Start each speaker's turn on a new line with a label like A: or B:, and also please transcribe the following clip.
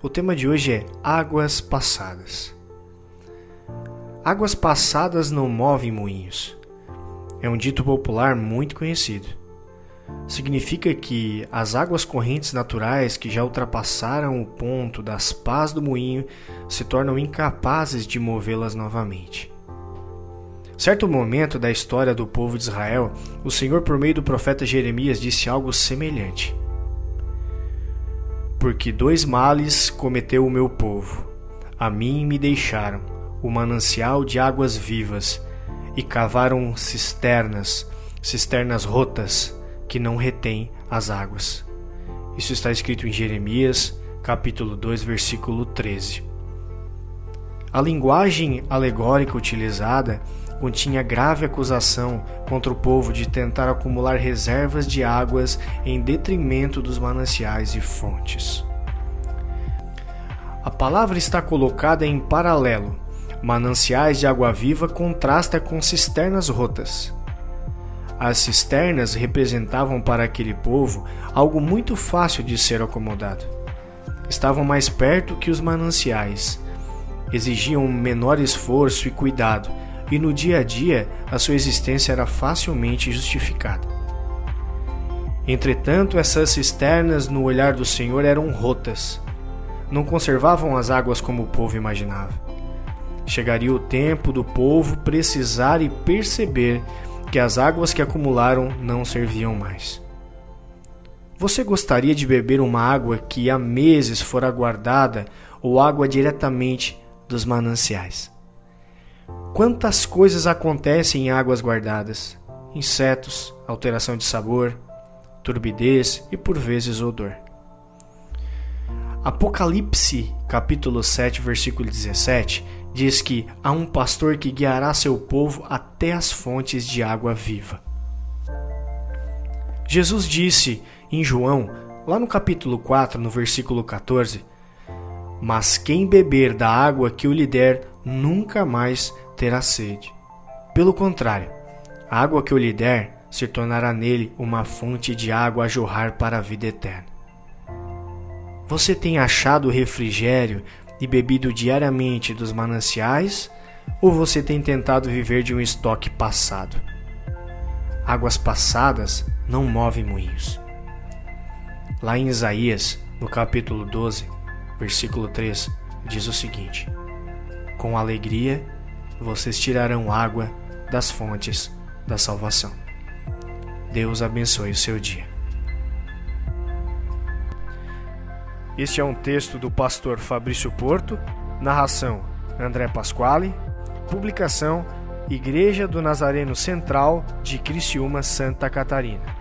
A: O tema de hoje é Águas Passadas. Águas passadas não movem moinhos. É um dito popular muito conhecido. Significa que as águas correntes naturais que já ultrapassaram o ponto das pás do moinho se tornam incapazes de movê-las novamente. Certo momento da história do povo de Israel, o Senhor, por meio do profeta Jeremias, disse algo semelhante. Porque 2 males cometeu o meu povo. A mim me deixaram o manancial de águas vivas e cavaram cisternas rotas que não retêm as águas. Isso está escrito em Jeremias, capítulo 2, versículo 13. A linguagem alegórica utilizada continha grave acusação contra o povo de tentar acumular reservas de águas em detrimento dos mananciais e fontes. A palavra está colocada em paralelo. Mananciais de água viva contrasta com cisternas rotas. As cisternas representavam para aquele povo algo muito fácil de ser acomodado. Estavam mais perto que os mananciais. Exigiam menor esforço e cuidado, e no dia a dia a sua existência era facilmente justificada. Entretanto, essas cisternas, no olhar do Senhor, eram rotas. Não conservavam as águas como o povo imaginava. Chegaria o tempo do povo precisar e perceber que as águas que acumularam não serviam mais. Você gostaria de beber uma água que há meses fora guardada ou água diretamente dos mananciais? Quantas coisas acontecem em águas guardadas? Insetos, alteração de sabor, turbidez e por vezes odor. Apocalipse, capítulo 7, versículo 17, diz que há um pastor que guiará seu povo até as fontes de água viva. Jesus disse em João, lá no capítulo 4, no versículo 14, mas quem beber da água que eu lhe der, nunca mais terá sede. Pelo contrário, a água que eu lhe der se tornará nele uma fonte de água a jorrar para a vida eterna. Você tem achado refrigério e bebido diariamente dos mananciais, ou você tem tentado viver de um estoque passado? Águas passadas não movem moinhos. Lá em Isaías, no capítulo 12, versículo 3, diz o seguinte: com alegria vocês tirarão água das fontes da salvação. Deus abençoe o seu dia. Este é um texto do pastor Fabrício Porto, narração André Pasquale, publicação Igreja do Nazareno Central de Criciúma, Santa Catarina.